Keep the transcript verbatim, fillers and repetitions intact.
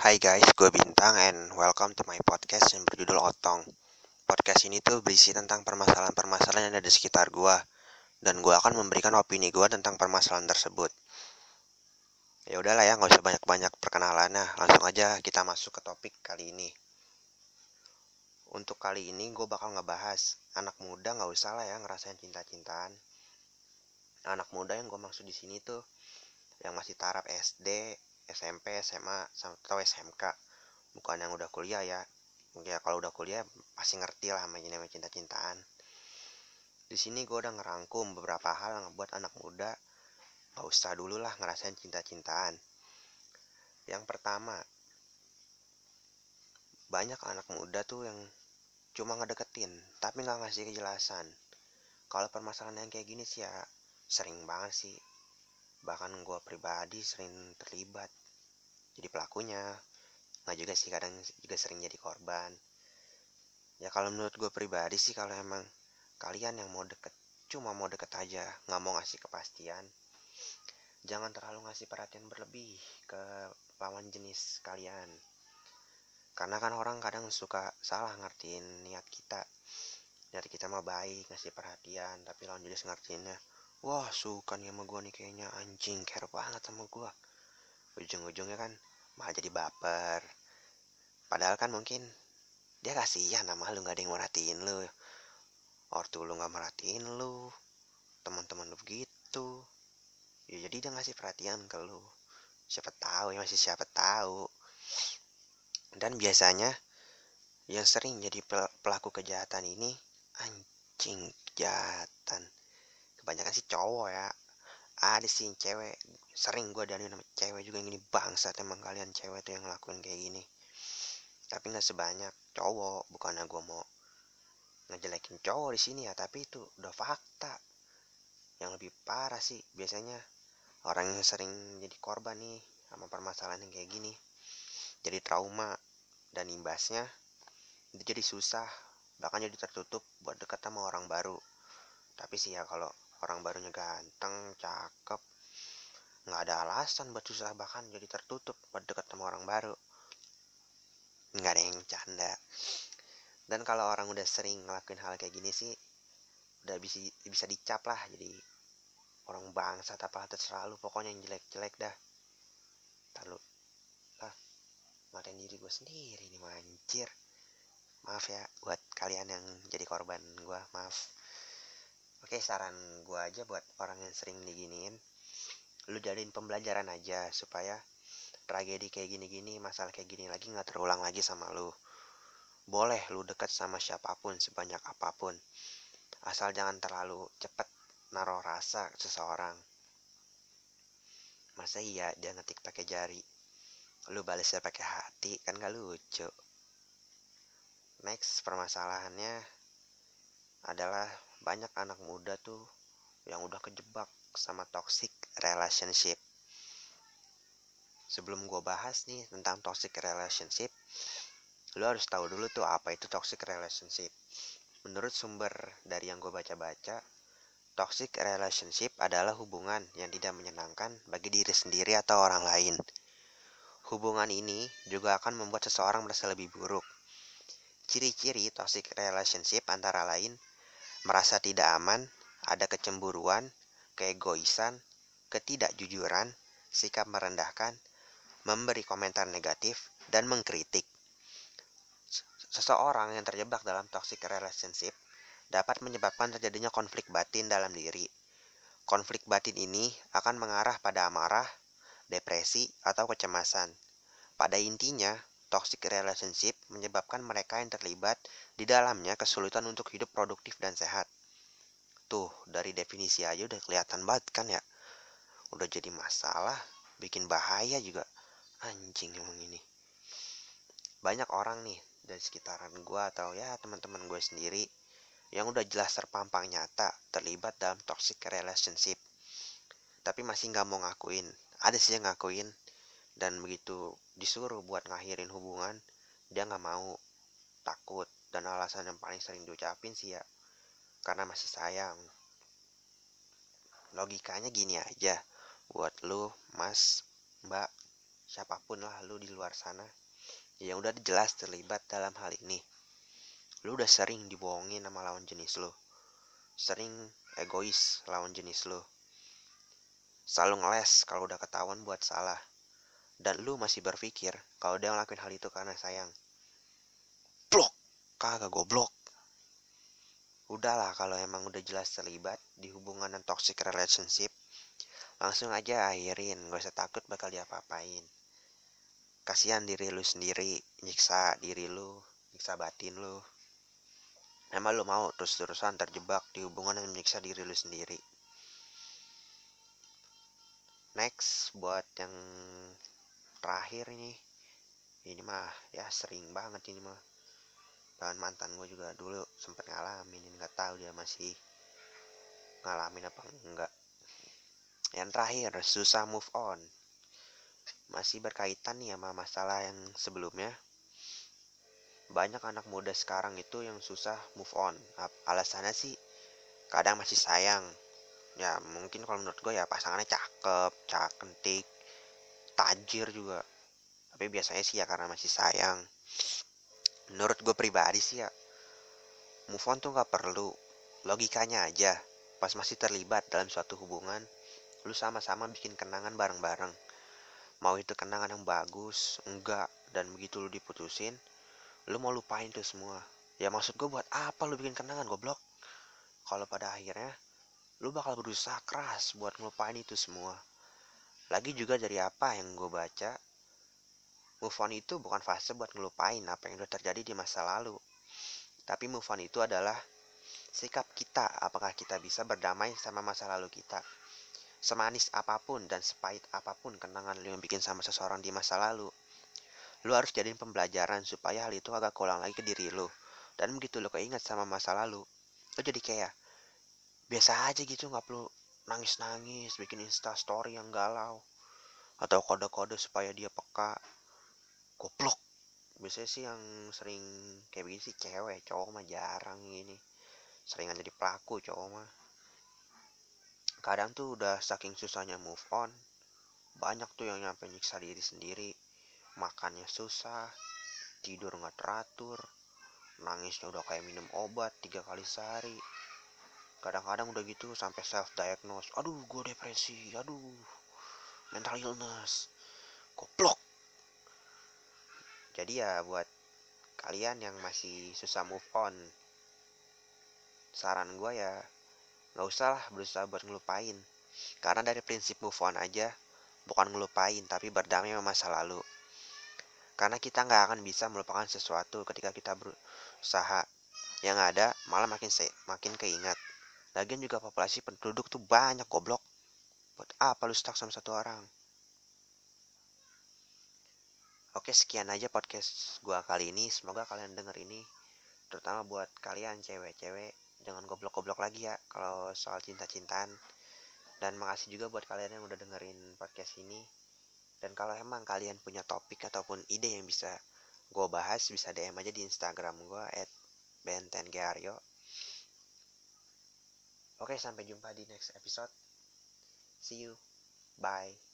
Hai guys, gue Bintang and welcome to my podcast yang berjudul Otong. Podcast ini tuh berisi tentang permasalahan-permasalahan yang ada di sekitar gue, dan gue akan memberikan opini gue tentang permasalahan tersebut. Ya udahlah ya, nggak usah banyak-banyak perkenalan, nah langsung aja kita masuk ke topik kali ini. Untuk kali ini gue bakal ngebahas anak muda nggak usah lah ya ngerasain cinta-cintaan. Anak muda yang gue maksud di sini tuh yang masih taraf S D, S M P, S M A, atau S M K. Bukan yang udah kuliah ya. Ya kalau udah kuliah pasti ngerti lah namanya cinta-cintaan. Di sini gue udah ngerangkum beberapa hal yang buat anak muda gak usah dulu lah ngerasain cinta-cintaan. Yang pertama, banyak anak muda tuh yang cuma ngedeketin tapi gak ngasih kejelasan. Kalau permasalahan yang kayak gini sih ya sering banget sih. Bahkan gue pribadi sering terlibat jadi pelakunya. Nggak juga sih, kadang juga sering jadi korban. Ya kalau menurut gue pribadi sih, kalau emang kalian yang mau deket cuma mau deket aja, nggak mau ngasih kepastian, jangan terlalu ngasih perhatian berlebih ke lawan jenis kalian. Karena kan orang kadang suka salah ngertiin niat kita. Niat kita mah baik, ngasih perhatian, tapi lawan jenis ngertiinnya, wah suka nih sama gue nih kayaknya, anjing care banget sama gue. Ujung-ujungnya kan malah jadi baper. Padahal kan mungkin dia kasihan sama lu, gak ada yang merhatiin lu. Ortu lu gak merhatiin lu, teman-teman lu begitu. Ya jadi dia ngasih perhatian ke lu. Siapa tahu ya, masih siapa tahu. Dan biasanya yang sering jadi pelaku kejahatan ini anjing kejahatan. Kebanyakan sih cowok ya. Ada sih cewek. Sering gue dari nama cewek juga yang ini, bangsat emang kalian cewek tuh yang ngelakuin kayak gini. Tapi nggak sebanyak cowok. Bukannya gue mau ngejelekin cowok di sini ya, tapi itu udah fakta. Yang lebih parah sih biasanya orang yang sering jadi korban nih sama permasalahan yang kayak gini, jadi trauma, dan imbasnya itu jadi susah, bahkan jadi tertutup buat deket sama orang baru. Tapi sih ya kalau orang barunya ganteng, cakep, nggak ada alasan buat susah bahkan jadi tertutup buat deket sama orang baru. Nggak ada yang canda. Dan kalau orang udah sering ngelakuin hal kayak gini sih udah bisa bisa dicap lah jadi orang bangsat apa terserah lu, pokoknya yang jelek-jelek dah. Tahu lah, ngatain diri gue sendiri nih mancir. Maaf ya buat kalian yang jadi korban gue, maaf. Oke, saran gue aja buat orang yang sering diginiin, lu jadiin pembelajaran aja supaya tragedi kayak gini-gini, masalah kayak gini lagi gak terulang lagi sama lu. Boleh lu deket sama siapapun, sebanyak apapun, asal jangan terlalu cepet naruh rasa ke seseorang. Masa iya dia ngetik pakai jari, lu balesnya pakai hati, kan gak lucu. Next permasalahannya adalah banyak anak muda tuh yang udah kejebak sama toxic relationship. Sebelum gue bahas nih tentang toxic relationship, lu harus tahu dulu tuh apa itu toxic relationship. Menurut sumber dari yang gue baca-baca, toxic relationship adalah hubungan yang tidak menyenangkan bagi diri sendiri atau orang lain. Hubungan ini juga akan membuat seseorang merasa lebih buruk. Ciri-ciri toxic relationship antara lain merasa tidak aman, ada kecemburuan, keegoisan, ketidakjujuran, sikap merendahkan, memberi komentar negatif, dan mengkritik. Seseorang yang terjebak dalam toxic relationship dapat menyebabkan terjadinya konflik batin dalam diri. Konflik batin ini akan mengarah pada amarah, depresi, atau kecemasan. Pada intinya, toxic relationship menyebabkan mereka yang terlibat di dalamnya kesulitan untuk hidup produktif dan sehat. Tuh, dari definisi aja udah kelihatan banget kan ya. Udah jadi masalah, bikin bahaya juga. Anjing emang ini. Banyak orang nih dari sekitaran gue atau ya teman-teman gue sendiri yang udah jelas terpampang nyata terlibat dalam toxic relationship, tapi masih gak mau ngakuin. Ada sih yang ngakuin, dan begitu disuruh buat ngakhirin hubungan, dia gak mau, takut. Dan alasan yang paling sering diucapin sih ya karena masih sayang. Logikanya gini aja buat lu mas, mbak, siapapun lah lu di luar sana yang udah jelas terlibat dalam hal ini. Lu udah sering dibohongin sama lawan jenis lu, sering egois lawan jenis lu, selalu ngeles kalau udah ketahuan buat salah, dan lu masih berpikir kalau dia ngelakuin hal itu karena sayang. Blok, kagak goblok. Udahlah, kalau emang udah jelas terlibat di hubungan dan toxic relationship, langsung aja akhirin, gak usah takut bakal diapa-apain. Kasihan diri lu sendiri, nyiksa diri lu, nyiksa batin lu. Emang lu mau terus-terusan terjebak di hubungan yang menyiksa diri lu sendiri? Next, buat yang terakhir ini, ini mah ya sering banget ini mah. Dan mantan gue juga dulu sempet ngalamin, ini nggak tahu dia masih ngalamin apa enggak. Yang terakhir, susah move on. Masih berkaitan nih sama masalah yang sebelumnya. Banyak anak muda sekarang itu yang susah move on. Alasannya sih kadang masih sayang. Ya mungkin kalau menurut gue ya pasangannya cakep, cantik, tajir juga. Tapi biasanya sih ya karena masih sayang. Menurut gue pribadi sih ya, move on tuh gak perlu. Logikanya aja, pas masih terlibat dalam suatu hubungan, lu sama-sama bikin kenangan bareng-bareng. Mau itu kenangan yang bagus, enggak, dan begitu lu diputusin, lu mau lupain tuh semua. Ya maksud gue buat apa lu bikin kenangan, goblok? Kalau pada akhirnya lu bakal berusaha keras buat ngelupain itu semua. Lagi juga dari apa yang gue baca, move on itu bukan fase buat ngelupain apa yang udah terjadi di masa lalu. Tapi move on itu adalah sikap kita, apakah kita bisa berdamai sama masa lalu kita. Semanis apapun dan sepahit apapun kenangan lu yang bikin sama seseorang di masa lalu, lu harus jadiin pembelajaran supaya hal itu agak keulang lagi ke diri lu. Dan begitu lu keinget sama masa lalu, lu jadi kayak biasa aja gitu, gak perlu nangis-nangis, bikin insta story yang galau, atau kode-kode supaya dia peka. Goblok. Biasanya sih yang sering kayak begini sih cewek, cowok mah jarang ini. Seringan jadi pelaku cowok mah. Kadang tuh udah saking susahnya move on, banyak tuh yang nyampe nyiksa diri sendiri. Makannya susah, tidur gak teratur, nangisnya udah kayak minum obat tiga kali sehari. Kadang-kadang udah gitu sampai self diagnose, aduh gue depresi, aduh mental illness. Goblok. Jadi ya buat kalian yang masih susah move on, saran gue ya gak usah lah berusaha buat ngelupain. Karena dari prinsip move on aja, bukan ngelupain tapi berdamai sama masa lalu. Karena kita gak akan bisa melupakan sesuatu ketika kita berusaha. Yang ada malah makin se- makin keingat. Lagian juga populasi penduduk tuh banyak, goblok. Buat apa lu stuck sama satu orang? Oke, sekian aja podcast gua kali ini. Semoga kalian denger ini, terutama buat kalian cewek-cewek, jangan goblok-goblok lagi ya kalau soal cinta-cintaan. Dan makasih juga buat kalian yang udah dengerin podcast ini. Dan kalau emang kalian punya topik ataupun ide yang bisa gue bahas, bisa D M aja di Instagram gue at bentengearyo. Oke, sampai jumpa di next episode. See you. Bye.